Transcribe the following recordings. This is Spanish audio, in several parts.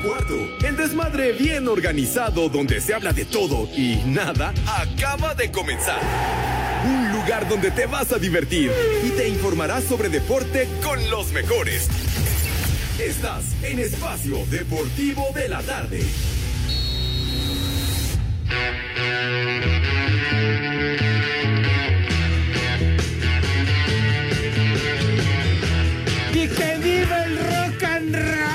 cuarto. El desmadre bien organizado donde se habla de todo y nada acaba de comenzar. Un lugar donde te vas a divertir y te informarás sobre deporte con los mejores. Estás en Espacio Deportivo de la Tarde. ¡Y que viva el rock and roll!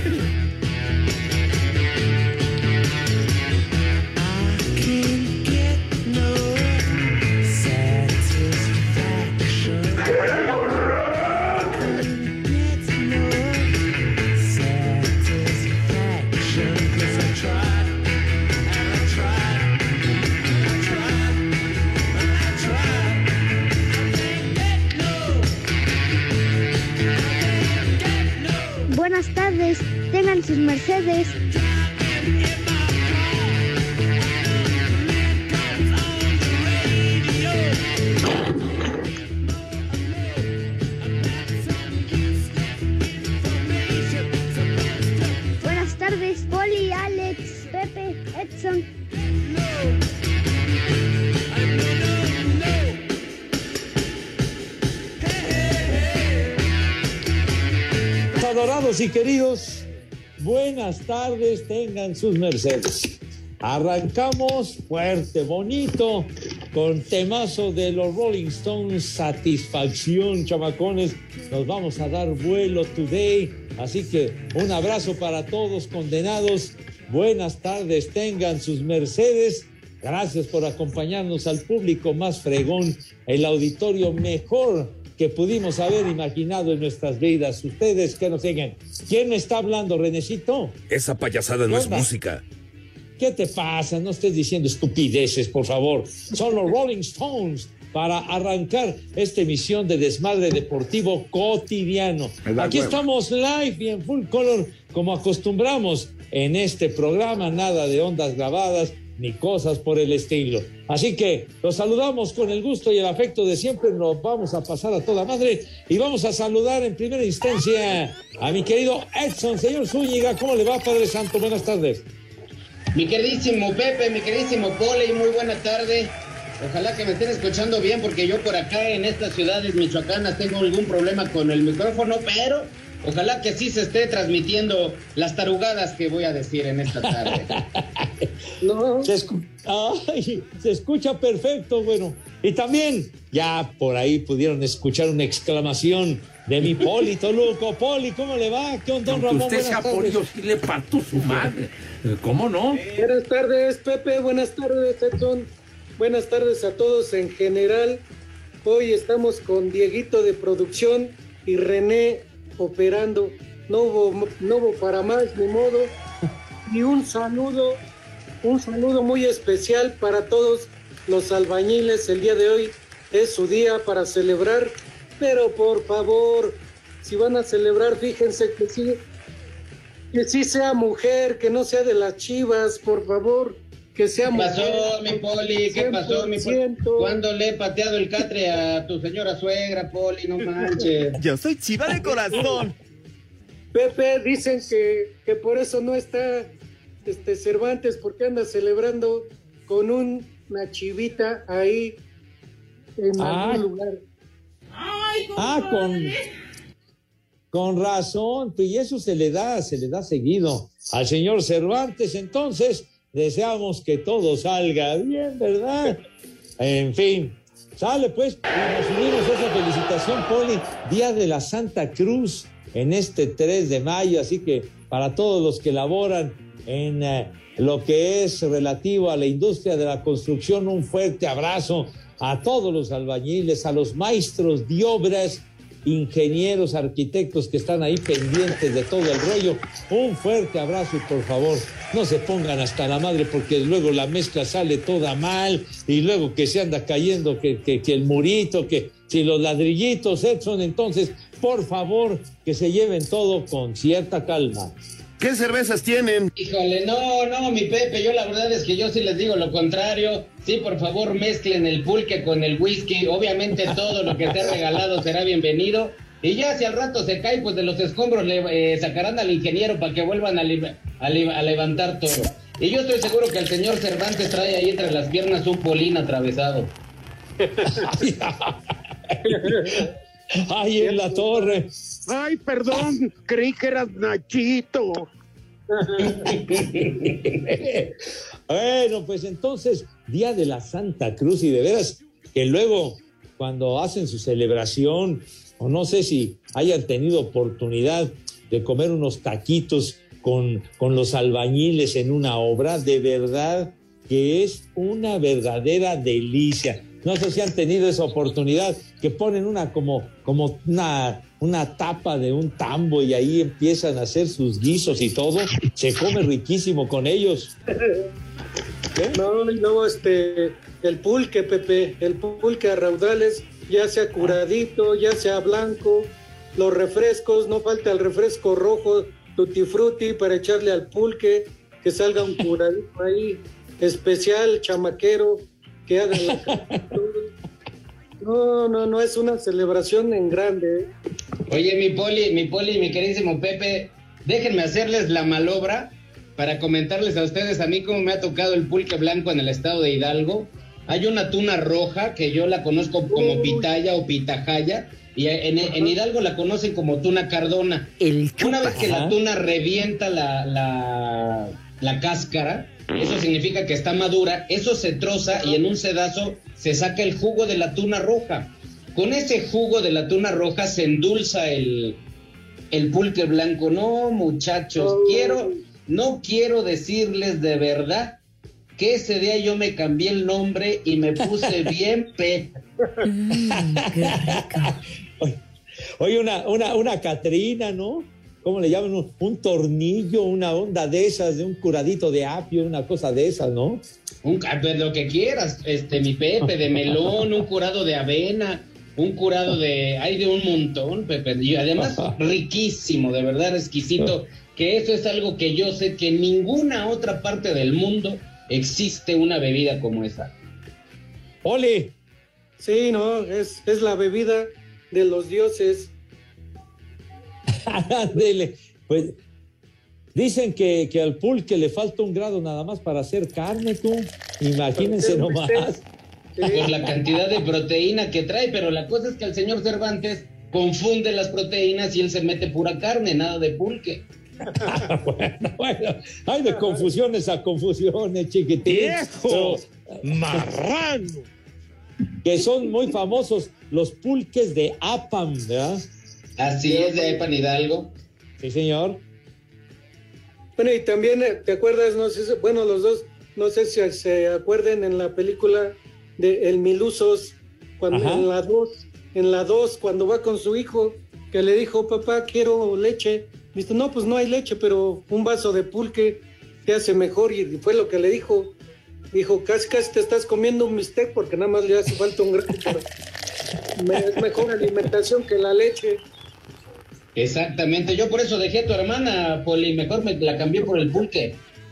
Buenas tardes, tengan sus mercedes. Buenas tardes, Poli, Alex, Pepe, Edson. Adorados y queridos, buenas tardes, tengan sus mercedes. Arrancamos fuerte, bonito, con temazo de los Rolling Stones, Satisfacción, chamacones. Nos vamos a dar vuelo today, así que un abrazo para todos condenados. Buenas tardes, tengan sus mercedes. Gracias por acompañarnos al público más fregón, el auditorio mejor que pudimos haber imaginado en nuestras vidas. Ustedes que nos digan, ¿quién me está hablando, Renecito? Esa payasada no es música. ¿Qué te pasa? No estés diciendo estupideces, por favor. Son los Rolling Stones para arrancar esta emisión de Desmadre Deportivo Cotidiano. Aquí estamos live y en full color, como acostumbramos en este programa, nada de ondas grabadas ni cosas por el estilo. Así que los saludamos con el gusto y el afecto de siempre, nos vamos a pasar a toda madre y vamos a saludar en primera instancia a mi querido Edson. Señor Zúñiga, ¿cómo le va, Padre Santo? Buenas tardes. Mi queridísimo Pepe, mi queridísimo Poli, muy buena tarde. Ojalá que me estén escuchando bien porque yo por acá en estas ciudades michoacanas tengo algún problema con el micrófono, pero ojalá que sí se esté transmitiendo las tarugadas que voy a decir en esta tarde. No. Se escucha perfecto, bueno. Y también, ya por ahí pudieron escuchar una exclamación de mi Poli Toluco. Poli, ¿cómo le va? ¿Qué onda, don Ramón? Usted sea Poli, yo sí le parto su madre. ¿Cómo no? Buenas tardes, Pepe. Buenas tardes, Edson. Buenas tardes a todos en general. Hoy estamos con Dieguito de producción y René operando. No hubo para más, ni modo. Y un saludo muy especial para todos los albañiles. El día de hoy es su día para celebrar, pero por favor, si van a celebrar, fíjense que sí sea mujer, que no sea de las Chivas, por favor, que sea mujer. ¿Qué pasó, mi Poli? ¿Qué pasó, mi Poli? ¿Cuándo le he pateado el catre a tu señora suegra, Poli? No manches. Yo soy chiva de corazón. Pepe, dicen que por eso no está Cervantes, porque anda celebrando con una chivita ahí en algún lugar. Con razón, y eso se le da seguido al señor Cervantes. Entonces deseamos que todo salga bien, ¿verdad? En fin, sale pues, y nos unimos a esa felicitación, Poli, Día de la Santa Cruz en este 3 de mayo, así que para todos los que laboran en lo que es relativo a la industria de la construcción, un fuerte abrazo a todos los albañiles, a los maestros de obras, ingenieros, arquitectos que están ahí pendientes de todo el rollo. Un fuerte abrazo y por favor, no se pongan hasta la madre porque luego la mezcla sale toda mal y luego que se anda cayendo que el murito, que si los ladrillitos, Edson, entonces, por favor, que se lleven todo con cierta calma. ¿Qué cervezas tienen? Híjole, no, mi Pepe, yo la verdad es que yo sí les digo lo contrario. Sí, por favor, mezclen el pulque con el whisky. Obviamente todo lo que sea regalado será bienvenido, Y ya si al rato se cae, pues de los escombros le sacarán al ingeniero para que vuelvan a levantar todo. Y yo estoy seguro que el señor Cervantes trae ahí entre las piernas un polín atravesado. ¡Ay, en la torre! Ay, perdón, creí que eras Nachito. Bueno, pues entonces, Día de la Santa Cruz, y de veras que luego cuando hacen su celebración, o no sé si hayan tenido oportunidad de comer unos taquitos con los albañiles en una obra, de verdad que es una verdadera delicia. No sé si han tenido esa oportunidad, que ponen como una tapa de un tambo y ahí empiezan a hacer sus guisos y todo. Se come riquísimo con ellos. ¿Qué? No, y luego el pulque, Pepe, el pulque a raudales, ya sea curadito, ya sea blanco, los refrescos, no falta el refresco rojo, tutti frutti para echarle al pulque, que salga un curadito ahí, especial, chamaquero, que haga la... No, es una celebración en grande, ¿eh? Oye, mi Poli, mi queridísimo Pepe, déjenme hacerles la malobra para comentarles a ustedes a mí cómo me ha tocado el pulque blanco en el estado de Hidalgo. Hay una tuna roja que yo la conozco como pitaya o pitajaya, y en Hidalgo la conocen como tuna cardona. Una vez que la tuna revienta la cáscara, eso significa que está madura, eso se troza y en un sedazo se saca el jugo de la tuna roja. Con ese jugo de la tuna roja se endulza el pulque blanco. No, muchachos, no quiero decirles de verdad que ese día yo me cambié el nombre y me puse bien Pepe. Qué rico. Oye, una Catrina, ¿no? ¿Cómo le llaman? Un tornillo, una onda de esas, de un curadito de apio, una cosa de esas, ¿no? Pues lo que quieras, mi Pepe, de melón, un curado de avena, un curado hay de un montón, Pepe, y además riquísimo, de verdad exquisito, que eso es algo que yo sé que en ninguna otra parte del mundo existe una bebida como esa. ¡Ole! Sí, no, es la bebida de los dioses. Dele. Pues dicen que al pulque le falta un grado nada más para hacer carne, tú. Imagínense nomás. Por la cantidad de proteína que trae, pero la cosa es que el señor Cervantes confunde las proteínas y él se mete pura carne, nada de pulque. Bueno, hay de confusiones a confusiones, chiquitín. ¡Viejo! ¡Marrano! Que son muy famosos los pulques de Apam, ¿verdad? Así es, de Epan Hidalgo. Sí, señor. Bueno, y también, ¿te acuerdas? No sé, bueno, los dos, no sé si se acuerden en la película de El Milusos, cuando en la 2, cuando va con su hijo, que le dijo, papá, quiero leche. Dice, no, pues no hay leche, pero un vaso de pulque te hace mejor, y fue lo que le dijo. Dijo, casi te estás comiendo un bistec porque nada más le hace falta un grano, pero es mejor alimentación que la leche. Exactamente, yo por eso dejé a tu hermana, Poli, mejor me la cambié por el pulque.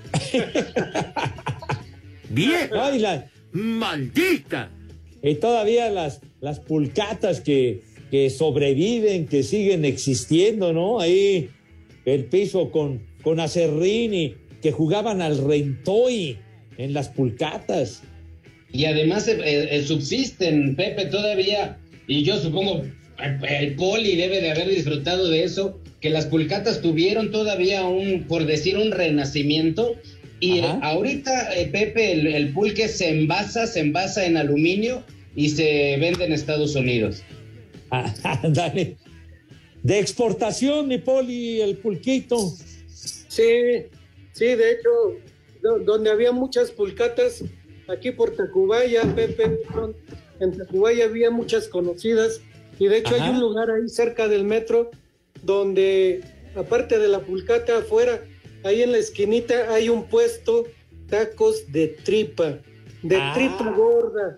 ¡Vieja! ¡Maldita! Y todavía las pulcatas que sobreviven, que siguen existiendo, ¿no? Ahí el piso con acerrín y que jugaban al rentoy en las pulcatas. Y además subsisten, Pepe, todavía, y yo supongo el Poli debe de haber disfrutado de eso, que las pulcatas tuvieron todavía por decir, un renacimiento, y ahorita, Pepe, el pulque se envasa en aluminio y se vende en Estados Unidos. Dale. De exportación, mi Poli, el pulquito. Sí, de hecho, donde había muchas pulcatas, aquí por Tacubaya, Pepe, en Tacubaya había muchas conocidas, y de hecho hay un lugar ahí cerca del metro donde, aparte de la pulcata afuera, ahí en la esquinita hay un puesto, tacos de tripa gorda,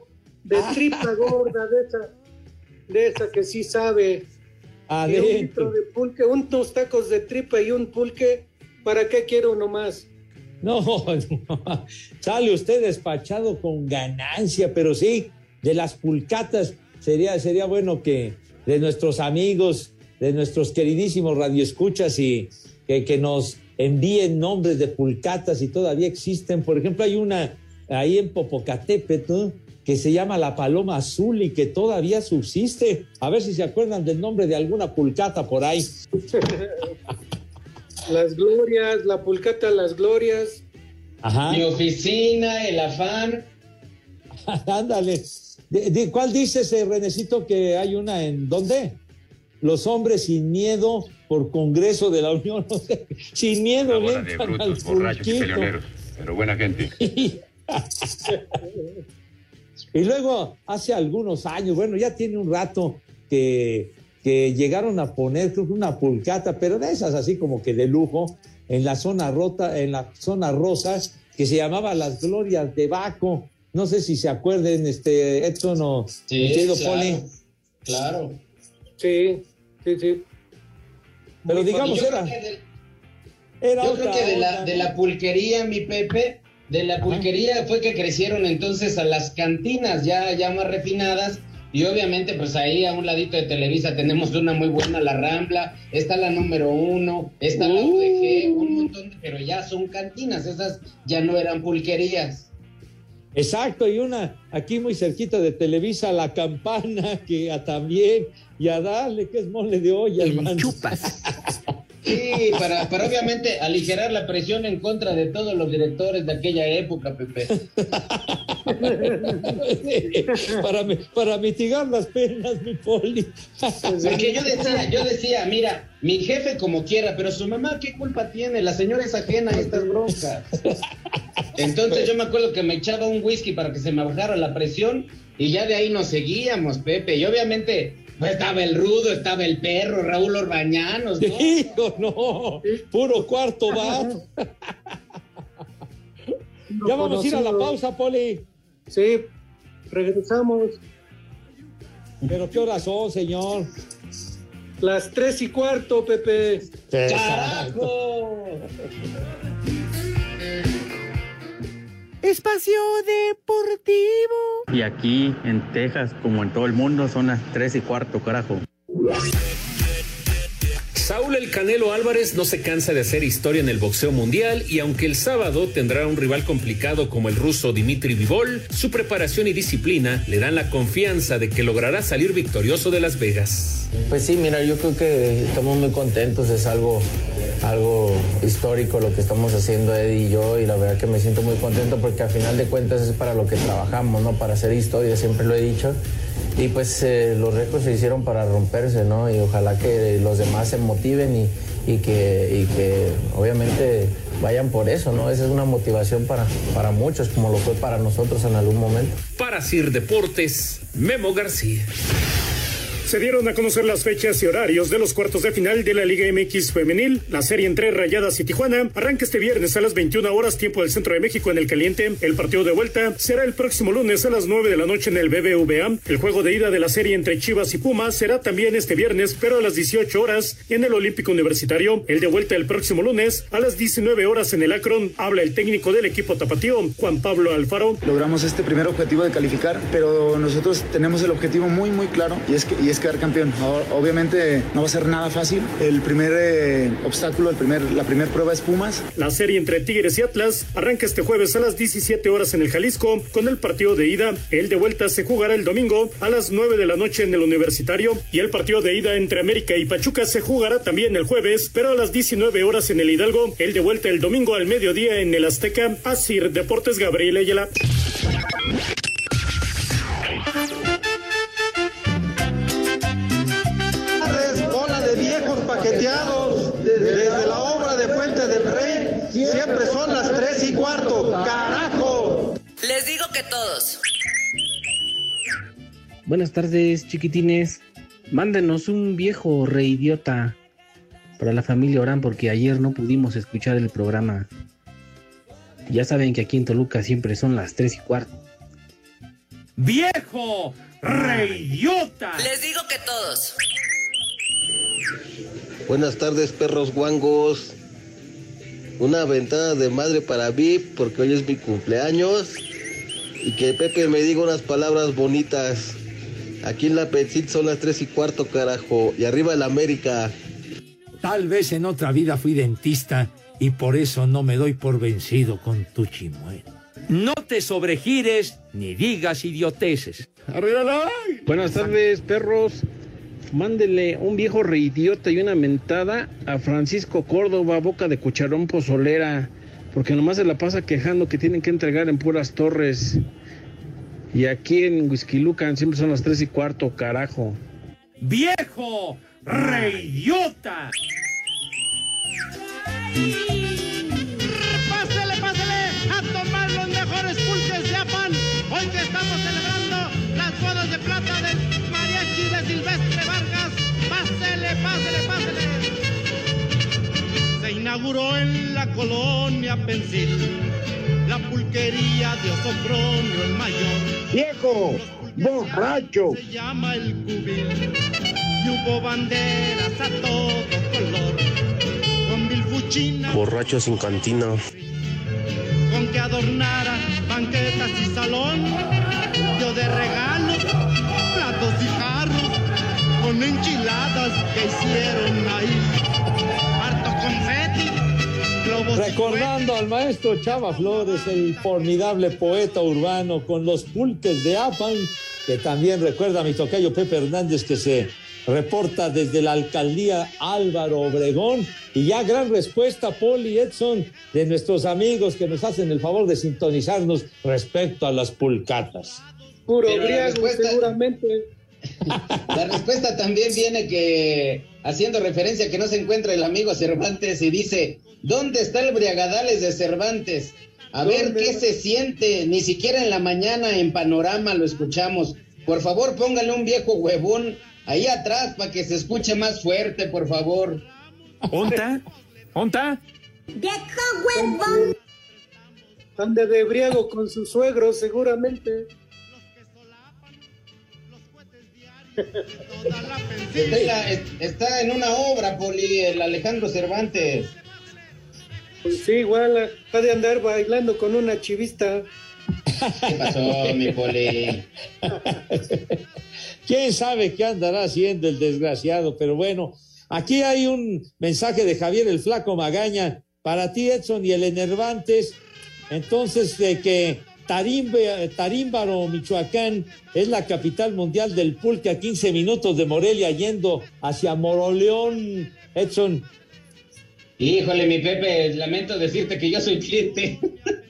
de esa que sí sabe. Y un litro de pulque, unos tacos de tripa y un pulque, ¿para qué quiero uno más? No, sale usted despachado con ganancia, pero sí, de las pulcatas sería bueno que de nuestros amigos de nuestros queridísimos radioescuchas y que nos envíen nombres de pulcatas y todavía existen. Por ejemplo, hay una ahí en Popocatépetl que se llama la Paloma Azul y que todavía subsiste. A ver si se acuerdan del nombre de alguna pulcata por ahí. Las Glorias, la pulcata Las Glorias. Ajá. Mi oficina, el afán. Ándale. ¿Cuál dices, Renecito, que hay una en dónde? Los hombres sin miedo por Congreso de la Unión. Sin miedo. Una bola de brutos, borrachos y peleoneros, pero buena gente. Y luego, hace algunos años, bueno, ya tiene un rato que llegaron a poner, creo que una pulcata, pero de esas así como que de lujo, en la zona rosa, que se llamaba Las Glorias de Baco. No sé si se acuerden, Edson o Sí, Poli. Claro. Sí. Pero digamos, yo era creo que de la pulquería, mi Pepe, de la pulquería fue que crecieron entonces a las cantinas ya más refinadas. Y obviamente, pues ahí a un ladito de Televisa tenemos una muy buena, La Rambla, está la número 1, está la UDG, un montón, pero ya son cantinas, esas ya no eran pulquerías. Exacto, y una aquí muy cerquita de Televisa, La Campana, que también, y a darle, que es mole de olla, hermano. Chupas. Sí, para obviamente aligerar la presión en contra de todos los directores de aquella época, Pepe. para mitigar las penas, mi Poli. Porque yo decía, mira, mi jefe como quiera, pero su mamá, ¿qué culpa tiene? La señora es ajena a estas broncas. Entonces yo me acuerdo que me echaba un whisky para que se me bajara la presión y ya de ahí nos seguíamos, Pepe. Y obviamente pues estaba el Rudo, estaba el Perro, Raúl Orbañanos, ¿no? Hijo, no, puro cuarto va. Ya vamos a ir a la pausa, Poli. Sí, regresamos. ¿Pero qué horas son, señor? Las 3:15, Pepe. ¡Carajo! Espacio Deportivo. Y aquí en Texas, como en todo el mundo, son las 3:15, carajo. Saúl El Canelo Álvarez no se cansa de hacer historia en el boxeo mundial y aunque el sábado tendrá un rival complicado como el ruso Dimitri Bivol, su preparación y disciplina le dan la confianza de que logrará salir victorioso de Las Vegas. Pues sí, mira, yo creo que estamos muy contentos, es algo histórico lo que estamos haciendo Eddie y yo, y la verdad que me siento muy contento porque al final de cuentas es para lo que trabajamos, ¿no? Para hacer historia, siempre lo he dicho. Y pues los récords se hicieron para romperse, ¿no? Y ojalá que los demás se motiven y que obviamente vayan por eso, ¿no? Esa es una motivación para muchos, como lo fue para nosotros en algún momento. Para Sir Deportes, Memo García. Se dieron a conocer las fechas y horarios de los cuartos de final de la Liga MX Femenil. La serie entre Rayadas y Tijuana arranca este viernes a las 21 horas, tiempo del Centro de México en el Caliente. El partido de vuelta será el próximo lunes a las 9 de la noche en el BBVA. El juego de ida de la serie entre Chivas y Pumas será también este viernes, pero a las 18 horas en el Olímpico Universitario. El de vuelta el próximo lunes a las 19 horas en el Akron. Habla el técnico del equipo tapatío, Juan Pablo Alfaro. Logramos este primer objetivo de calificar, pero nosotros tenemos el objetivo muy claro y es quedar campeón. Obviamente no va a ser nada fácil. El primer obstáculo, la primera prueba es Pumas. La serie entre Tigres y Atlas arranca este jueves a las 17 horas en el Jalisco con el partido de ida. El de vuelta se jugará el domingo a las 9 de la noche en el Universitario y el partido de ida entre América y Pachuca se jugará también el jueves, pero a las 19 horas en el Hidalgo. El de vuelta el domingo al mediodía en el Azteca. Asir Deportes, Gabriel Ayala. Paqueteados desde la obra de Puente del Rey, siempre son las 3:15, carajo. Les digo que todos. Buenas tardes, chiquitines. Mándenos un viejo reidiota para la familia Orán porque ayer no pudimos escuchar el programa. Ya saben que aquí en Toluca siempre son las 3:15. ¡Viejo reidiota! Les digo que todos. Buenas tardes, perros guangos. Una ventada de madre para VIP porque hoy es mi cumpleaños y que Pepe me diga unas palabras bonitas. Aquí en la Pensil son las 3:15, carajo. Y arriba el América. Tal vez en otra vida fui dentista y por eso no me doy por vencido con tu chimuelo. No te sobregires ni digas idioteces. ¡Arriba! Buenas tardes, perros. Mándele un viejo reidiota y una mentada a Francisco Córdoba, boca de cucharón pozolera, porque nomás se la pasa quejando que tienen que entregar en puras torres. Y aquí en Huixquilucan siempre son las 3:15, carajo. ¡Viejo reidiota! Pásele, pásele a tomar los mejores pulques de Apan. Hoy que estamos celebrando las bodas de plata del mariachi de Silvestre Vargas. Pásele, pásele, pásele. Se inauguró en la colonia Pensil la pulquería de Osofronio el Mayor. ¡Viejo borracho! Se llama el Cubil y hubo banderas a todo color. Con mil fuchinas. Borracho sin cantina. Con que adornara banquetas y salón. Dio de regalo platos y jarros con enchiladas que hicieron ahí. Harto confeti. Recordando al maestro Chava Flores, el formidable poeta urbano, con los pulques de Apan, que también recuerda a mi tocayo Pepe Hernández, que se reporta desde la alcaldía Álvaro Obregón. Y ya gran respuesta, Poli, Edson, de nuestros amigos que nos hacen el favor de sintonizarnos respecto a las pulcatas. Puro briago, seguramente. La respuesta también viene que, haciendo referencia a que no se encuentra el amigo Cervantes, y dice: ¿dónde está el briagadales de Cervantes? A ver qué se siente. Ni siquiera en la mañana en Panorama lo escuchamos. Por favor, póngale un viejo huevón ahí atrás para que se escuche más fuerte, por favor. ¿Onta? ¿Onta? ¡Viejo huevón! Anda de briago con su suegro, seguramente. Está en una obra, Poli, el Alejandro Cervantes. Pues sí, igual ha de andar bailando con una chivista. ¿Qué pasó, mi Poli? ¿Quién sabe qué andará haciendo el desgraciado? Pero bueno, aquí hay un mensaje de Javier el Flaco Magaña para ti, Edson, y el Enervantes. Entonces, de que Tarímbaro, Michoacán, es la capital mundial del pulque, a 15 minutos de Morelia, yendo hacia Moroleón, Edson. Híjole, mi Pepe, lamento decirte que yo soy cliente.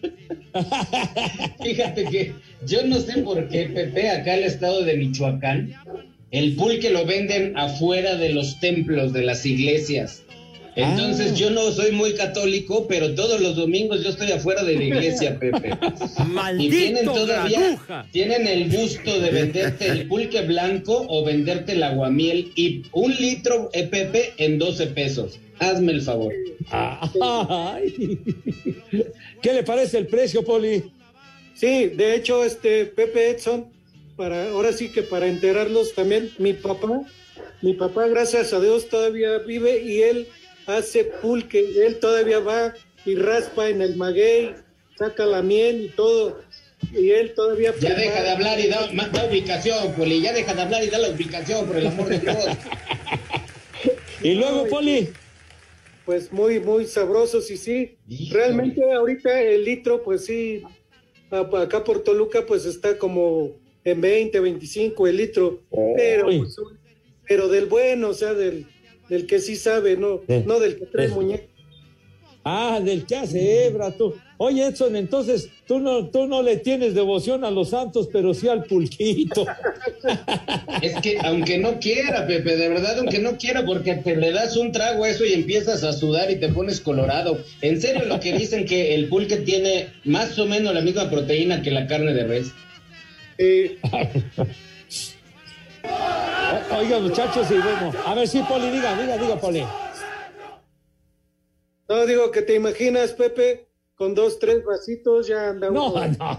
Fíjate que yo no sé por qué, Pepe, acá en el estado de Michoacán, el pulque lo venden afuera de los templos, de las iglesias. Entonces yo no soy muy católico, pero todos los domingos yo estoy afuera de la iglesia, Pepe. ¡Maldito y tienen todavía, granuja! tienen el gusto de venderte el pulque blanco o venderte el aguamiel, y 1 litro, Pepe, en 12 pesos. Hazme el favor. Ay. ¿Qué le parece el precio, Poli? Sí, de hecho, Pepe, Edson, ahora sí que para enterarlos también, mi papá, gracias a Dios, todavía vive y él hace pulque. Él todavía va y raspa en el maguey, saca la miel y todo. Y él todavía... Ya deja de hablar y da ubicación, Poli. Ya deja de hablar y da la ubicación, por el amor de Dios. Y luego, Poli... Pues muy, muy sabrosos, y sí, realmente ahorita el litro, pues sí, acá por Toluca, pues está como en 20, 25 el litro, pero del bueno, o sea, del que sí sabe, no del que trae muñeca. Ah, del que hace hebra, tú. Oye, Edson, entonces, tú no le tienes devoción a los santos, pero sí al pulquito. Es que, aunque no quiera, Pepe, de verdad, aunque no quiera, porque te le das un trago a eso y empiezas a sudar y te pones colorado. En serio, lo que dicen que el pulque tiene más o menos la misma proteína que la carne de res. Oiga, muchachos, y bueno, a ver si Poli, diga, Poli. No, digo que te imaginas, Pepe, con 2, 3 vasitos ya anda No.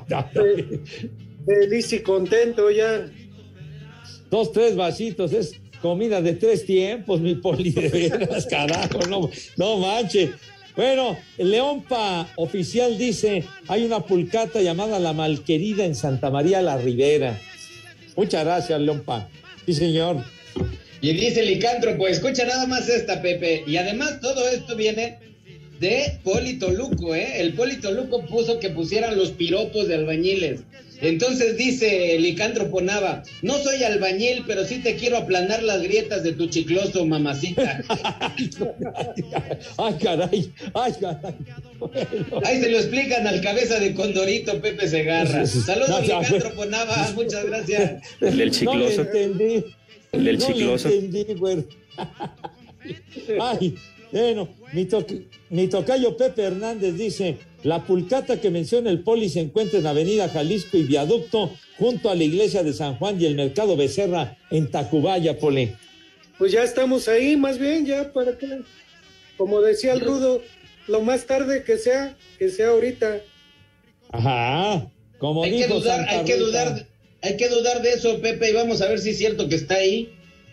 Feliz y contento ya. 2, 3 vasitos, es comida de 3 tiempos, mi Poli, de veras, carajo, no manche. Bueno, el Leonpa oficial dice, hay una pulcata llamada La Malquerida en Santa María la Ribera. Muchas gracias, Leompa. Sí, señor. Y dice el licántropo, escucha nada más esta, Pepe. Y además todo esto viene de Poli Toluco, ¿eh? El Poli Toluco puso que pusieran los piropos de albañiles. Entonces dice el licántropo Nava, no soy albañil, pero sí te quiero aplanar las grietas de tu chicloso, mamacita. Ay, caray. Bueno. Ahí se lo explican al cabeza de Condorito, Pepe Segarra. Saludos, licántropo Nava, muchas gracias. El del chicloso. No le entendí. El del chicloso. No le entendí, güey. Ay, bueno, mi tocayo Pepe Hernández dice, la pulcata que menciona el Poli se encuentra en Avenida Jalisco y Viaducto, junto a la iglesia de San Juan y el Mercado Becerra en Tacubaya, Poli. Pues ya estamos ahí, más bien, ya para que, como decía el Rudo, lo más tarde que sea ahorita. Ajá, como hay dijo hay que dudar de eso, Pepe, y vamos a ver si es cierto que está ahí.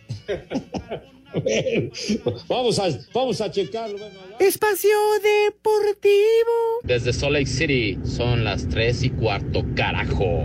Vamos a checarlo. Bueno, Espacio Deportivo. Desde Salt Lake City son las 3:15, carajo.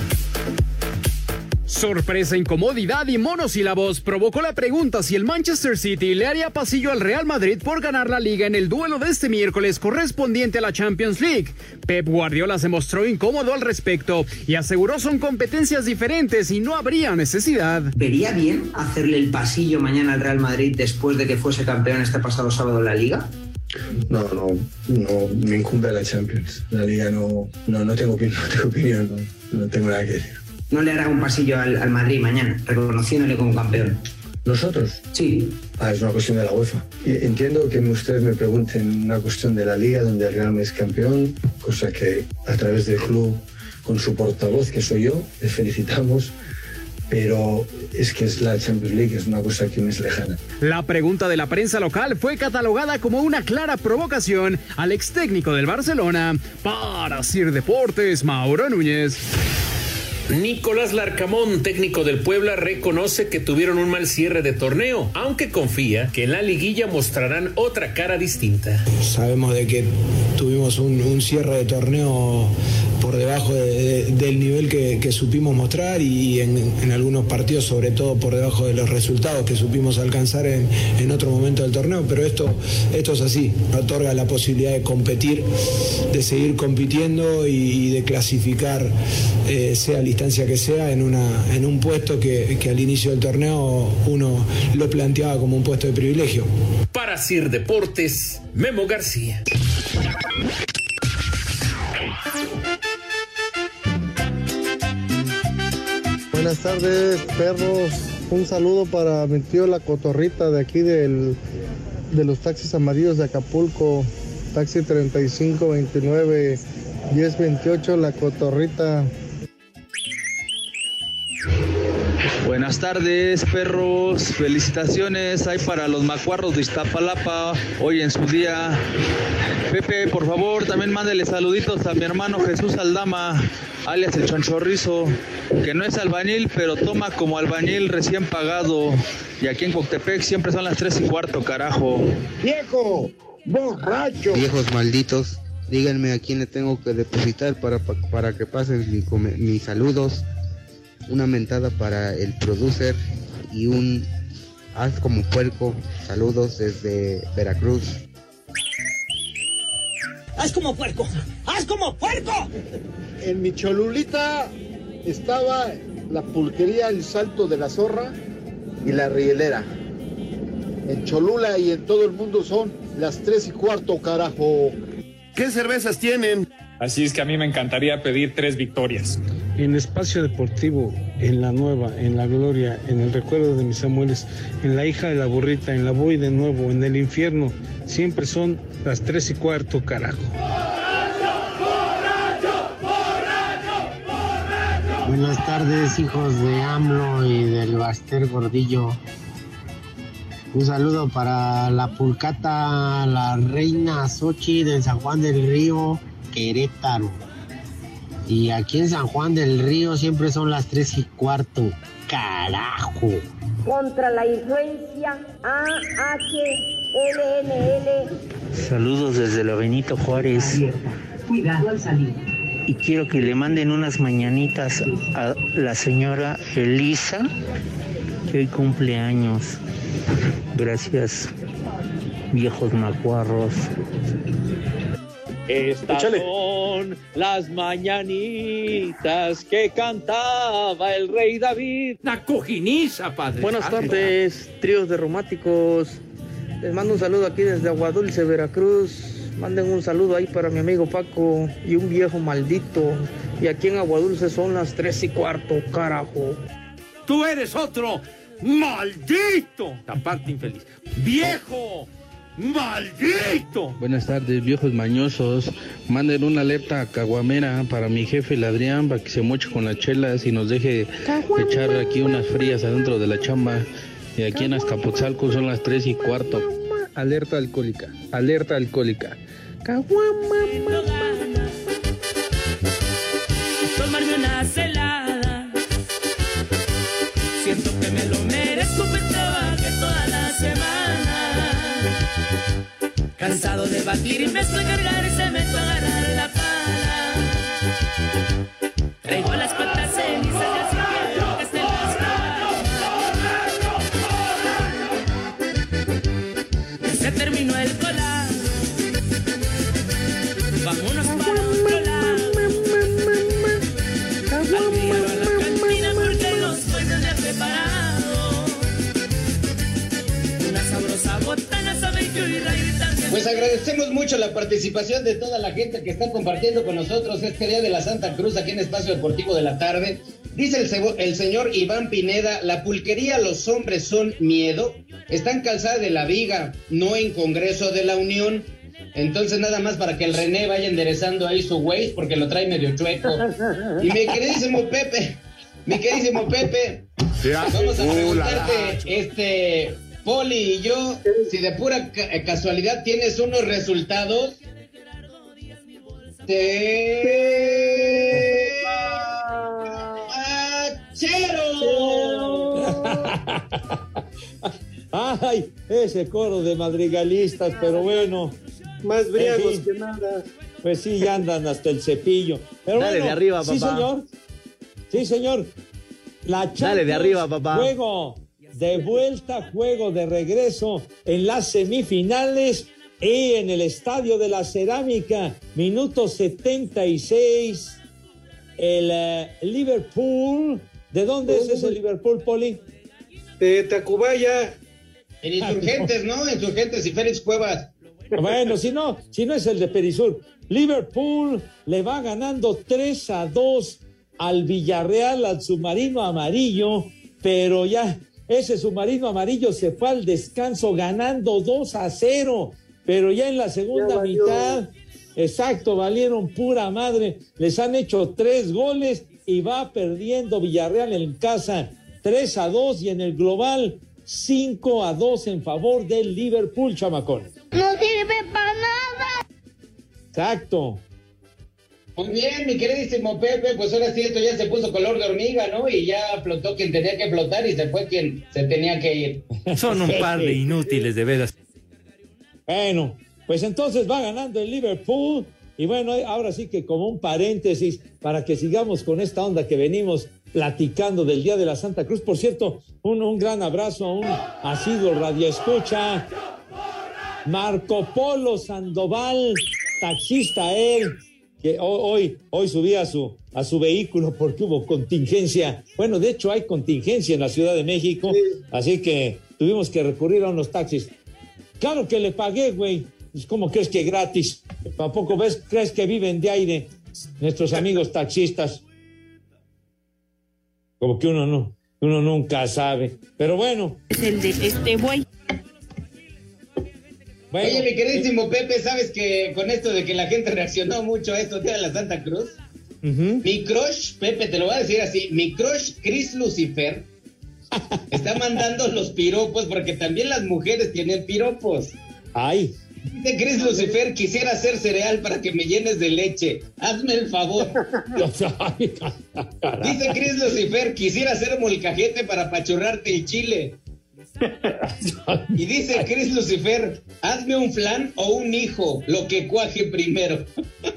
Sorpresa, incomodidad y monosílabos provocó la pregunta si el Manchester City le haría pasillo al Real Madrid por ganar la Liga en el duelo de este miércoles correspondiente a la Champions League. Pep Guardiola se mostró incómodo al respecto y aseguró son competencias diferentes y no habría necesidad. ¿Vería bien hacerle el pasillo mañana al Real Madrid después de que fuese campeón este pasado sábado en la Liga? No me incumbe la Champions. La Liga no tengo opinión, no tengo nada que decir. ¿No le hará un pasillo al Madrid mañana, reconociéndole como campeón? ¿Nosotros? Sí. Es una cuestión de la UEFA. Entiendo que ustedes me pregunten una cuestión de la Liga, donde el Real Madrid es campeón, cosa que a través del club, con su portavoz, que soy yo, les felicitamos, pero es que es la Champions League, es una cosa que me es lejana. La pregunta de la prensa local fue catalogada como una clara provocación al ex técnico del Barcelona. Para Sir Deportes, Mauro Núñez. Nicolás Larcamón, técnico del Puebla, reconoce que tuvieron un mal cierre de torneo, aunque confía que en la liguilla mostrarán otra cara distinta. Sabemos de que tuvimos un cierre de torneo por debajo del nivel que supimos mostrar y en algunos partidos, sobre todo por debajo de los resultados que supimos alcanzar en otro momento del torneo, pero esto es así, otorga la posibilidad de competir, de seguir compitiendo y de clasificar, sea la instancia que sea, en un puesto que al inicio del torneo uno lo planteaba como un puesto de privilegio. Para Sir Deportes, Memo García. Buenas tardes, perros. Un saludo para mi tío La Cotorrita de aquí de los taxis amarillos de Acapulco. Taxi 3529 1028, La Cotorrita. Buenas tardes, perros. Felicitaciones hay para los macuarros de Iztapalapa hoy en su día. Pepe, por favor, también mándele saluditos a mi hermano Jesús Aldama, alias el Chonchorrizo, que no es albañil, pero toma como albañil recién pagado. Y aquí en Coctepec siempre son las 3:15, carajo. ¡Viejo! ¡Borracho! Viejos malditos, díganme a quién le tengo que depositar para que pasen mis saludos. Una mentada para el producer y un haz como puerco. Saludos desde Veracruz. ¡Haz como puerco! ¡Haz como puerco! En mi Cholulita estaba la pulquería El Salto de la Zorra y la Rielera. En Cholula y en todo el mundo son las 3:15, carajo. ¿Qué cervezas tienen? Así es que a mí me encantaría pedir 3 victorias. En Espacio Deportivo, en La Nueva, en La Gloria, en El Recuerdo de mis Samueles, en La Hija de la Burrita, en La Voy de Nuevo, en El Infierno, siempre son las 3:15, carajo. Buenas tardes, hijos de AMLO y del Baster Gordillo. Un saludo para la pulcata, la reina Xochitl de San Juan del Río, Querétaro. Y aquí en San Juan del Río siempre son las 3:15, carajo. Contra la influencia AHLNL. Saludos desde la Benito Juárez. Cuidado al salir. y quiero que le manden unas mañanitas a la señora Elisa, que hoy cumple años. Gracias, viejos macuarros. Estas son las mañanitas que cantaba el rey David. La cojiniza, padre. Buenas tardes, tríos de románticos. Les mando un saludo aquí desde Aguadulce, Veracruz. Manden un saludo ahí para mi amigo Paco y un viejo maldito. Y aquí en Aguadulce son las 3:15, carajo. Tú eres otro maldito. Aparte infeliz. ¡Viejo! ¡Maldito! Buenas tardes, viejos mañosos. Manden una alerta caguamera para mi jefe, el Adrián, para que se moche con las chelas y nos deje echar aquí unas frías adentro de la chamba. Y aquí en Azcapotzalco son las 3:15. Alerta alcohólica, alerta alcohólica. Tomarme una celada. Siento que me lo merezco, pues trabajé toda la semana. Cansado de batir y me estoy cargar y se me estoy a agarrar la pala. Traigo las patas cenizas y así quiero que estén las cabanas. Ya se terminó el colado. Vámonos para otro lado. Arriba a la cantina porque los estoy desde preparado. Una sabrosa botana sabe que hoy raíz también. Pues agradecemos mucho la participación de toda la gente que está compartiendo con nosotros este día de la Santa Cruz aquí en Espacio Deportivo de la Tarde. Dice el señor Iván Pineda, la pulquería Los Hombres Son Miedo está en Calzada de la Viga, no en Congreso de la Unión. Entonces nada más para que el René vaya enderezando ahí su Waze porque lo trae medio chueco. Y mi queridísimo Pepe, vamos a preguntarte, Poli y yo, si de pura casualidad tienes unos resultados de Ay, ese coro de madrigalistas, pero bueno. Más briagos que nada. Pues sí, ya andan hasta el cepillo. Pero dale bueno, de arriba, papá. Sí, señor. La Champions, dale de arriba, papá. Juego de vuelta, juego de regreso en las semifinales y en el Estadio de la Cerámica, minuto 76. El Liverpool. ¿De dónde es ese Liverpool, Poli? De Tacubaya. En Insurgentes, ¿no? Insurgentes y Félix Cuevas. Bueno, si no es el de Perisur. Liverpool le va ganando 3-2 al Villarreal, al submarino amarillo, pero ya ese submarino amarillo se fue al descanso ganando 2-0, pero ya en la segunda mitad, exacto, valieron pura madre, les han hecho 3 goles y va perdiendo Villarreal en casa 3-2 y en el global 5-2 en favor del Liverpool, chamacón. No sirve para nada. Exacto. Muy bien, mi queridísimo Pepe, pues ahora sí esto ya se puso color de hormiga, ¿no? Y ya flotó quien tenía que flotar y se fue quien se tenía que ir. Son un par de inútiles, de veras. Bueno, pues entonces va ganando el Liverpool. Y bueno, ahora sí que como un paréntesis para que sigamos con esta onda que venimos platicando del Día de la Santa Cruz. Por cierto, un gran abrazo a un asiduo radioescucha, Marco Polo Sandoval, taxista él, que hoy subía a su vehículo porque hubo contingencia. Bueno, de hecho hay contingencia en la Ciudad de México, así que tuvimos que recurrir a unos taxis. Claro que le pagué, güey. ¿Cómo crees que gratis? ¿Tampoco crees que viven de aire nuestros amigos taxistas? Como que uno nunca sabe. Pero bueno. Es el de este güey. Bueno, oye, mi queridísimo Pepe, ¿sabes que con esto de que la gente reaccionó mucho a esto de la Santa Cruz? Mi crush, Pepe, te lo voy a decir así, mi crush Chris Lucifer está mandando los piropos porque también las mujeres tienen piropos. Ay. Dice Chris Lucifer, quisiera hacer cereal para que me llenes de leche. Hazme el favor. Dice Chris Lucifer, quisiera hacer molcajete para apachurrarte el chile. Y dice Cris Lucifer, hazme un flan o un hijo, lo que cuaje primero.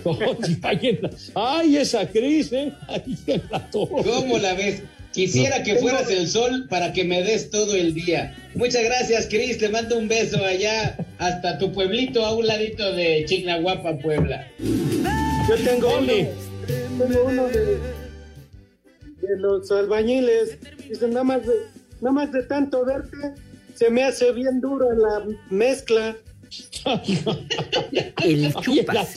Ay, esa Cris, Ay, la torre. ¿Cómo la ves? Quisiera que fueras el sol para que me des todo el día. Muchas gracias, Cris. Te mando un beso allá hasta tu pueblito, a un ladito de Chignahuapa, Puebla. Yo tengo uno de los albañiles. Dice, nada más de tanto verte, se me hace bien dura la mezcla. El chupas.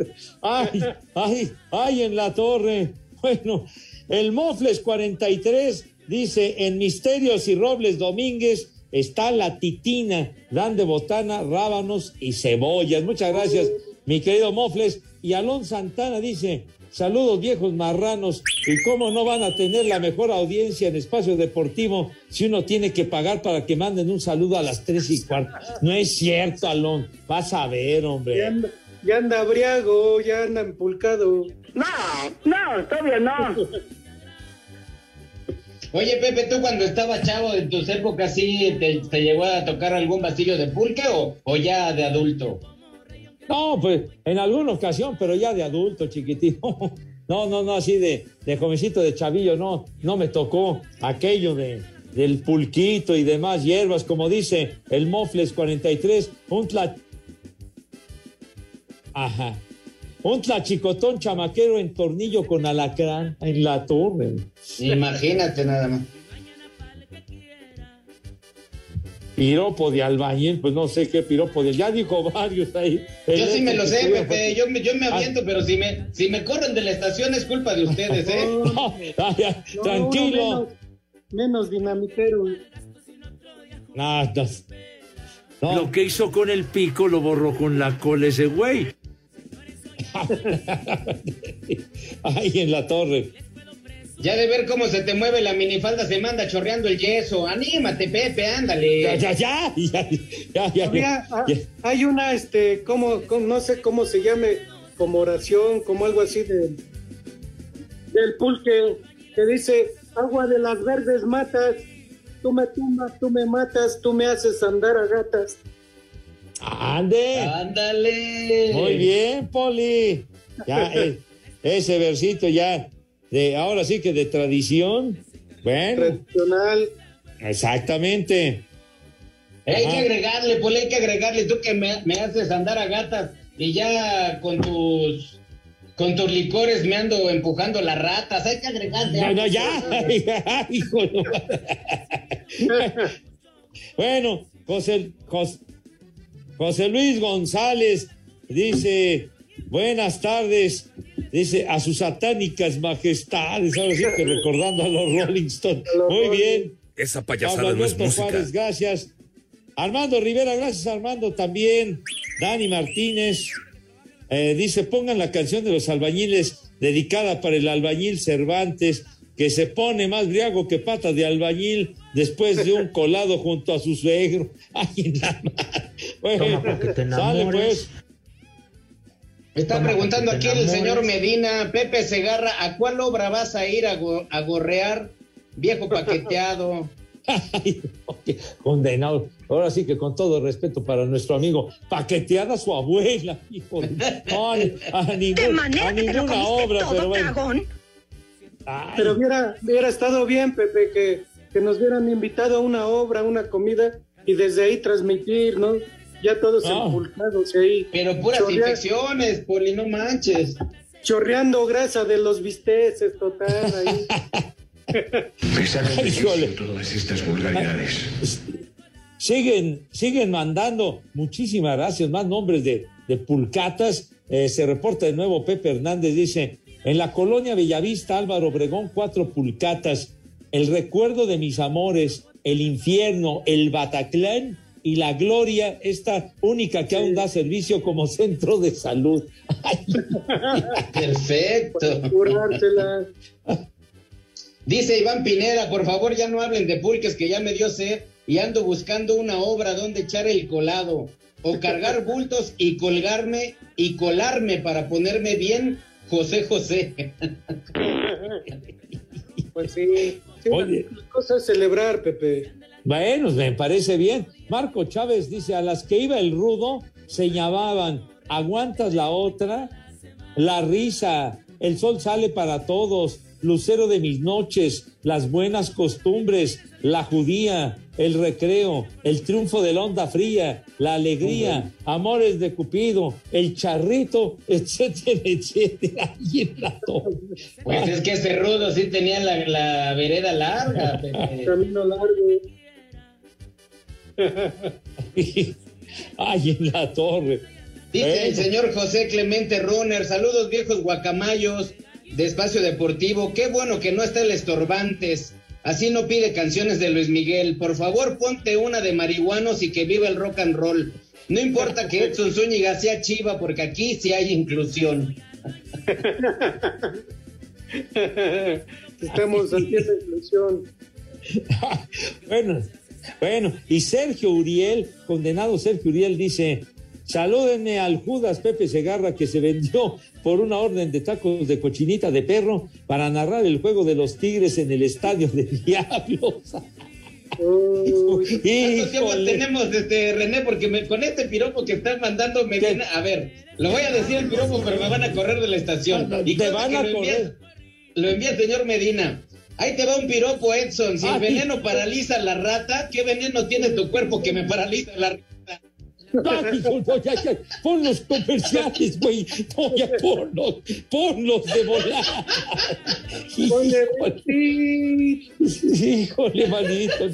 Ay, en la torre. Bueno, el Mofles 43 dice, en Misterios y Robles Domínguez está la titina, dan de botana, rábanos y cebollas. Muchas gracias, mi querido Mofles. Y Alon Santana dice, saludos viejos marranos, y cómo no van a tener la mejor audiencia en Espacio Deportivo si uno tiene que pagar para que manden un saludo a las 3:15. No es cierto, Alon, vas a ver, hombre. Ya anda briago, ya anda empulcado. No, todavía no. Oye, Pepe, ¿tú cuando estabas chavo en tus épocas sí te llegó a tocar algún vastillo de pulque o ya de adulto? No, pues en alguna ocasión, pero ya de adulto, chiquitito. No, así de jovencito, de chavillo, no me tocó aquello del pulquito y demás hierbas, como dice el Mofles 43, un tlachicotón chamaquero en tornillo con alacrán en la torre. Imagínate nada más. Piropo de albañil, pues no sé qué piropo de... Ya dijo varios ahí. Yo sí me lo sé, Pepe, yo me aviento, pero si me corren de la estación es culpa de ustedes, ¿eh? No, tranquilo. Menos dinamitero. No. Lo que hizo con el pico lo borró con la cola ese güey. Ahí en la torre. Ya de ver cómo se te mueve la minifalda, se manda chorreando el yeso. Anímate, Pepe, ándale. Ya. Hay una, no sé cómo se llame, como oración, como algo así del pulque, que dice, agua de las verdes matas, tú me tumbas, tú me matas, tú me haces andar a gatas. Ándale. Muy bien, Poli. Ya, ese versito ya... ahora sí que de tradición. Bueno. Tradicional. Exactamente. Hay que agregarle, Poli, hay que agregarle. Tú que me haces andar a gatas y ya con tus licores me ando empujando las ratas. Hay que agregarle. No, ya. Hijo, no. Bueno, José Luis González dice, buenas tardes. Dice, a sus satánicas majestades, ahora sí que recordando a los Rolling Stones. Muy bien. Esa payasada no es música. Juárez, gracias. Armando Rivera, gracias Armando también. Dani Martínez dice, pongan la canción de los albañiles dedicada para el albañil Cervantes, que se pone más briago que patas de albañil después de un colado junto a su suegro. Ay, nada más. Bueno, sale pues. Me está preguntando aquí el señor Medina, Pepe Segarra, ¿a cuál obra vas a ir a gorrear, viejo paqueteado? Ay, condenado. Ahora sí que con todo respeto para nuestro amigo, paqueteada su abuela, hijo. No, a ninguna obra, pero bueno. Pero hubiera estado bien, Pepe, que nos hubieran invitado a una obra, una comida, y desde ahí transmitir, ¿no? Ya todos empulcados ahí. Pero puras infecciones, Poli, no manches. Chorreando grasa de los bisteces, total, ahí. Híjole. Todas estas vulgaridades. Siguen mandando, muchísimas gracias, más nombres de pulcatas. Se reporta de nuevo Pepe Hernández, dice, en la colonia Bellavista, Álvaro Obregón, 4 pulcatas, el recuerdo de mis amores, el infierno, el Bataclán y la Gloria, esta única que aún da servicio como centro de salud. Ay, perfecto. Dice Iván Pineda, por favor ya no hablen de pulques, que ya me dio sed y ando buscando una obra donde echar el colado o cargar bultos y colgarme y colarme para ponerme bien José. Pues sí, oye, cosas celebrar, Pepe. Bueno, me parece bien. Marco Chávez dice, a las que iba el Rudo se llamaban Aguantas la otra, La risa, El sol sale para todos, Lucero de mis noches, Las buenas costumbres, La judía, El recreo, El triunfo de la onda fría, La alegría, Amores de Cupido, El charrito, etcétera, etcétera. Y en la torre. Pues es que ese Rudo sí tenía la vereda larga. Camino largo. Ay, en la torre. Dice el señor José Clemente Runner, saludos viejos guacamayos de Espacio Deportivo, qué bueno que no está el Estorbantes, así no pide canciones de Luis Miguel, por favor ponte una de marihuanos y que viva el rock and roll, no importa que Edson Zúñiga sea chiva porque aquí sí hay inclusión. Estamos haciendo inclusión. Bueno, y Sergio Uriel, condenado Sergio Uriel, dice, salúdenme al Judas Pepe Segarra que se vendió por una orden de tacos de cochinita de perro para narrar el juego de los Tigres en el Estadio de Diablos. ¿Cuánto tiempo tenemos, René? Porque con este piropo que están mandando me viene, a ver, lo voy a decir el piropo, pero me van a correr de la estación. Y te van a correr. Lo envía el señor Medina. Ahí te va un piropo, Edson. Si el veneno paraliza a la rata, ¿qué veneno tiene tu cuerpo que me paraliza la rata? Pon los comerciales, güey. No, ya ponlos de volar. Híjole, manito.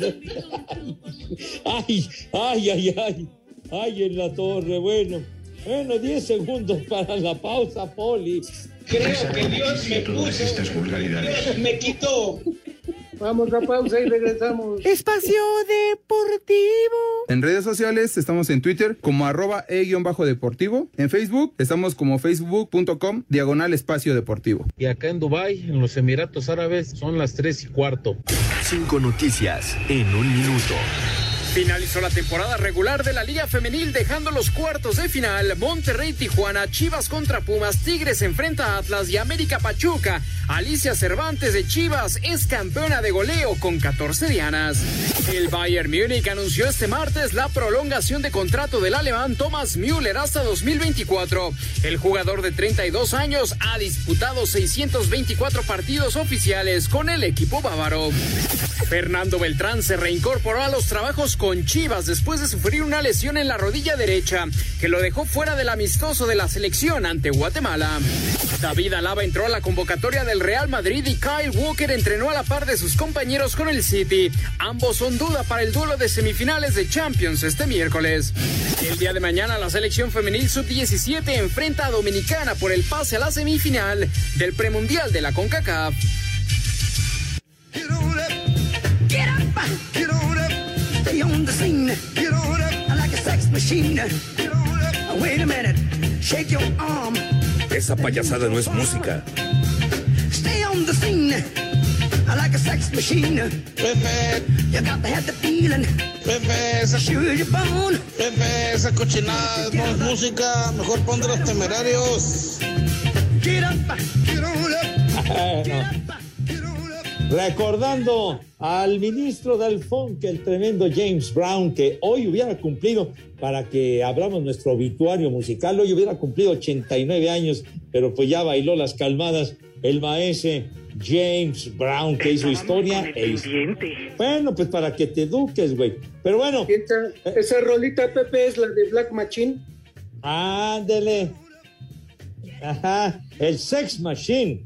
Ay, en la torre. Bueno, 10 segundos para la pausa, Poli. Creo que Dios me puso. Estas vulgaridades. Dios me quitó. Vamos a pausa y regresamos. Espacio Deportivo. En redes sociales estamos en Twitter como @e_deportivo. En Facebook estamos como facebook.com/espacio deportivo. Y acá en Dubái, en los Emiratos Árabes, son las 3:15. 5 noticias en un minuto. Finalizó la temporada regular de la Liga Femenil dejando los cuartos de final. Monterrey-Tijuana, Chivas contra Pumas, Tigres enfrenta a Atlas y América Pachuca. Alicia Cervantes de Chivas es campeona de goleo con 14 dianas. El Bayern Múnich anunció este martes la prolongación de contrato del alemán Thomas Müller hasta 2024. El jugador de 32 años ha disputado 624 partidos oficiales con el equipo bávaro. Fernando Beltrán se reincorporó a los trabajos con Chivas después de sufrir una lesión en la rodilla derecha que lo dejó fuera del amistoso de la selección ante Guatemala. David Alaba entró a la convocatoria del Real Madrid y Kyle Walker entrenó a la par de sus compañeros con el City. Ambos son duda para el duelo de semifinales de Champions este miércoles. El día de mañana la selección femenil sub-17 enfrenta a Dominicana por el pase a la semifinal del premundial de la CONCACAF. Get on up, stay on the scene. Get on up, like a sex machine. Get on up, wait a minute, shake your arm. Esa payasada no es música. Stay on the scene, like a sex machine. Pepe, you got to have the feeling. Pepe, esa, sure you're born. Pepe, esa cochinada no es música. Mejor pon de Los Temerarios. Get up, get on up, get up. Recordando al ministro del funk, el tremendo James Brown, que hoy hubiera cumplido, para que abramos nuestro obituario musical, hoy hubiera cumplido 89 años, pero pues ya bailó las calmadas el maese James Brown, que hizo historia. Bueno, pues para que te eduques, güey. Pero bueno. Esa rolita, Pepe, es la de Black Machine. Ándele. Ajá, el Sex Machine.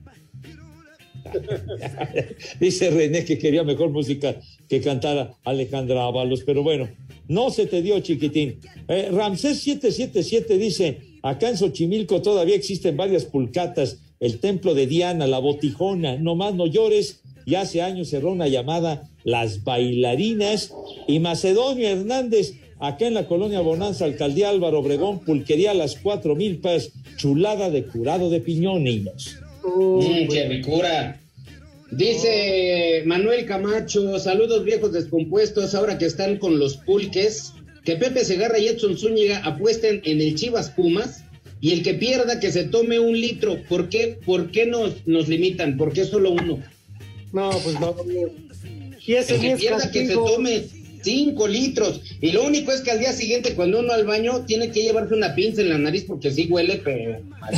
Dice René que quería mejor música que cantara Alejandra Ábalos, pero bueno, no se te dio, chiquitín. Ramsés 777 dice, acá en Xochimilco todavía existen varias pulcatas, el templo de Diana, la Botijona, nomás no llores, y hace años cerró una llamada Las Bailarinas. Y Macedonio Hernández, acá en la colonia Bonanza, Alcaldía Álvaro Obregón, pulquería Las 4 Milpas, chulada de curado de piñón, niños. ¡Qué ricura! Dice Manuel Camacho, saludos viejos descompuestos, ahora que están con los pulques, que Pepe Segarra y Edson Zúñiga apuesten en el Chivas Pumas y el que pierda que se tome 1 litro. ¿Por qué nos limitan? ¿Por qué solo uno? No, pues no. Y ese el que pierda que se tome 5 litros. Y lo único es que al día siguiente, cuando uno al baño, tiene que llevarse una pinza en la nariz porque sí huele, pero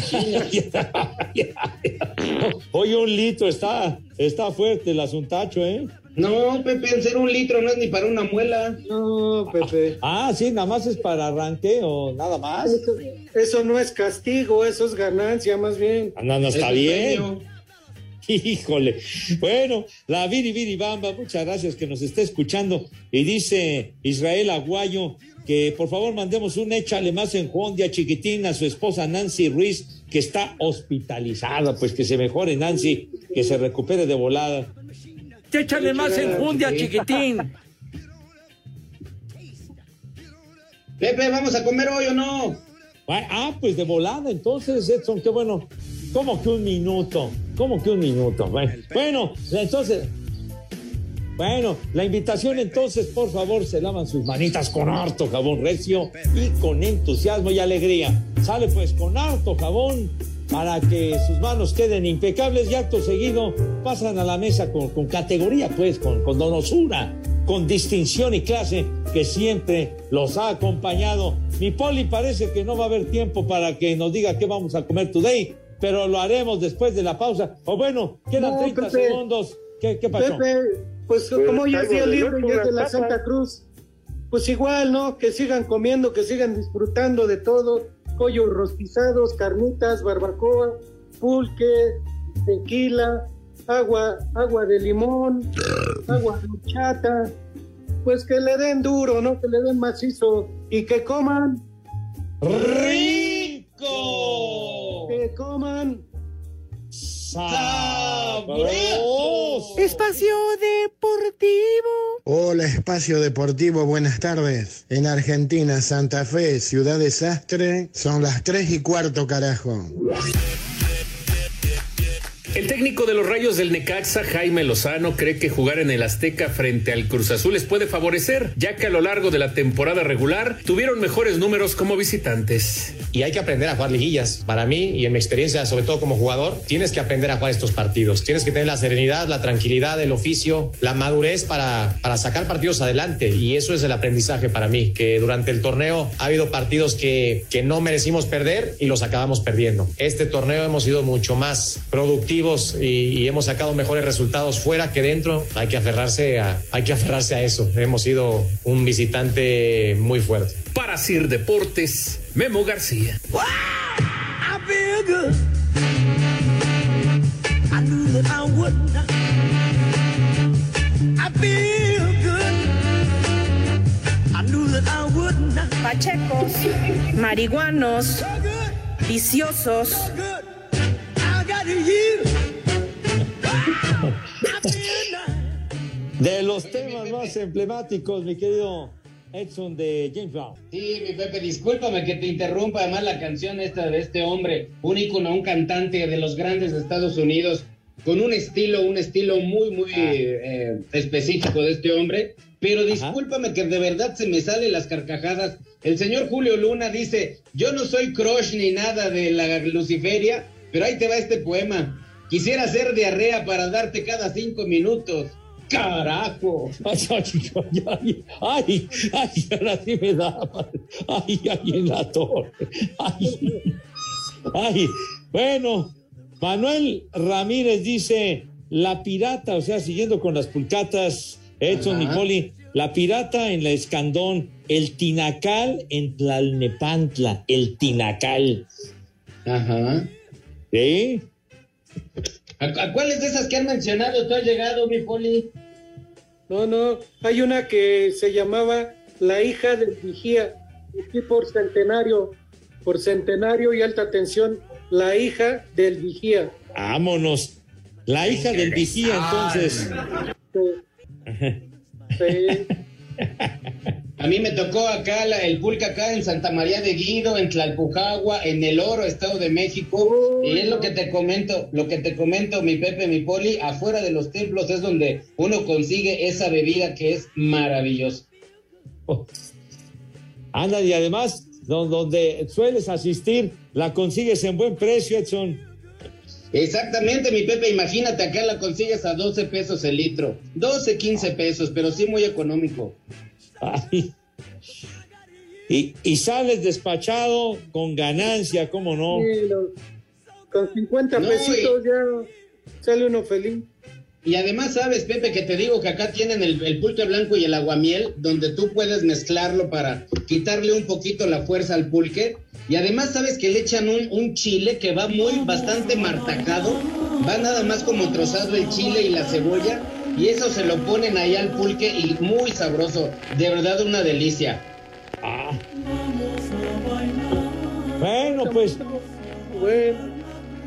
Oye, 1 litro está fuerte el asuntacho, ¿eh? No, Pepe, en ser 1 litro no es ni para una muela. No, Pepe. Sí, nada más es para arranqueo, nada más. Eso no es castigo, eso es ganancia, más bien. No, está bien. Híjole. Bueno, la Viri Bamba, muchas gracias que nos esté escuchando. Y dice Israel Aguayo que por favor mandemos un échale más enjundia chiquitín a su esposa Nancy Ruiz, que está hospitalizada. Pues que se mejore Nancy, que se recupere de volada. Échale más enjundia, chiquitín. Pepe, ¿vamos a comer hoy o no? Pues de volada, entonces, Edson, qué bueno. ¿Cómo que un minuto? Bueno, entonces... Bueno, la invitación entonces, por favor, se lavan sus manitas con harto jabón recio y con entusiasmo y alegría. Sale pues con harto jabón para que sus manos queden impecables y acto seguido pasan a la mesa con categoría, pues, con donosura, con distinción y clase que siempre los ha acompañado. Mi Poli, parece que no va a haber tiempo para que nos diga qué vamos a comer today, pero lo haremos después de la pausa. O bueno, quedan 30 segundos. ¿Qué pasó? Pepe, pues como hoy es día libre y es de la Santa Cruz, pues igual, ¿no? Que sigan comiendo, que sigan disfrutando de todo. Pollos rostizados, carnitas, barbacoa, pulque, tequila, agua de limón, agua de horchata. Pues que le den duro, ¿no? Que le den macizo y que coman rico. Que coman sabroso. Espacio Deportivo. Hola, Espacio Deportivo, buenas tardes. En Argentina, Santa Fe, Ciudad Desastre, son las 3:15, carajo. El técnico de los Rayos del Necaxa, Jaime Lozano, cree que jugar en el Azteca frente al Cruz Azul les puede favorecer, ya que a lo largo de la temporada regular tuvieron mejores números como visitantes. Y hay que aprender a jugar liguillas. Para mí, y en mi experiencia, sobre todo como jugador, tienes que aprender a jugar estos partidos. Tienes que tener la serenidad, la tranquilidad, el oficio, la madurez para sacar partidos adelante. Y eso es el aprendizaje para mí, que durante el torneo ha habido partidos que no merecimos perder y los acabamos perdiendo. Este torneo hemos sido mucho más productivos y hemos sacado mejores resultados fuera que dentro. Hay que aferrarse a eso. Hemos sido un visitante muy fuerte. Para Sir Deportes, Memo García. Wow, I feel good. I knew that I would not. I feel good. I knew that I would not. Pachecos, marihuanos, viciosos. De los temas más emblemáticos, mi querido Edson, de James Brown. Sí, mi Pepe, discúlpame que te interrumpa. Además, la canción esta de este hombre, un ícono, un cantante de los grandes de Estados Unidos, con un estilo muy específico de este hombre. Pero discúlpame que de verdad se me salen las carcajadas. El señor Julio Luna dice: yo no soy crush ni nada de la Luciferia, pero ahí te va este poema. Quisiera hacer diarrea para darte cada 5 minutos. ¡Carajo! Ay, ahora sí me da. Ay, en la torre. Ay. Bueno, Manuel Ramírez dice: la pirata, o sea, siguiendo con las pulcatas, Edson Nicoli, la pirata en la Escandón, el tinacal en Tlalnepantla, el tinacal. Ajá. ¿Sí? ¿A cuáles de esas que han mencionado tú has llegado, mi Poli? No, hay una que se llamaba La hija del vigía, y por centenario y alta tensión, La hija del vigía. Vámonos, La hija del vigía, entonces. Sí. A mí me tocó acá el pulque acá en Santa María de Guido, en Tlalpujagua, en El Oro, Estado de México. Y es lo que te comento, mi Pepe, mi Poli, afuera de los templos es donde uno consigue esa bebida que es maravillosa. Anda, y además, donde sueles asistir, la consigues en buen precio, Edson. Exactamente, mi Pepe, imagínate, acá la consigues a 12 pesos el litro, 12, 15 pesos, pero sí muy económico. Ay. Y sales despachado con ganancia, ¿cómo no? Sí, con 50 pesitos ya sale uno feliz. Y además, sabes, Pepe, que te digo que acá tienen el pulque blanco y el aguamiel, donde tú puedes mezclarlo para quitarle un poquito la fuerza al pulque. Y además, sabes que le echan un chile que va bastante martacado, va nada más como trozado el chile y la cebolla, y eso se lo ponen ahí al pulque y muy sabroso, de verdad una delicia. Ah. Bueno, pues. Bueno.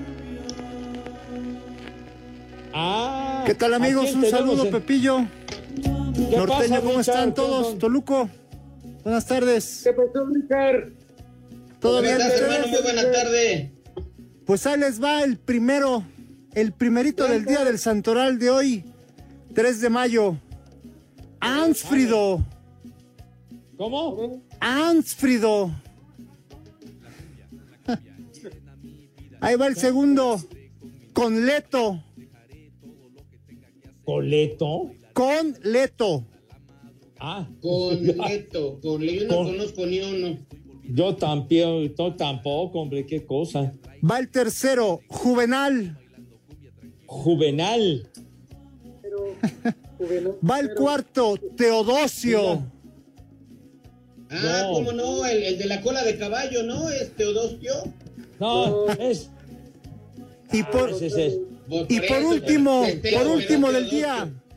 Ah, ¿qué tal, amigos? Un saludo, Pepillo. Norteño, pasa, ¿cómo están Richard? todos? Toluco, buenas tardes. ¿Qué pasó, Richard? ¿Todo bien? Hermano, muy buena tarde. Pues ahí les va el primerito del día del santoral de hoy, 3 de mayo. Ansfrido. ¿Cómo? Ansfrido. Ahí va el segundo. Conleto. ¿Coleto? Conleto. Ah. Conleto. Yo no conozco ni uno. Yo tampoco, hombre, qué cosa. Va el tercero. Juvenal. Juvenal. Va el cuarto. Teodosio. Ah, no. ¿Cómo no? El de la cola de caballo, ¿no? ¿Es Teodosio? No, es... Y por último del día,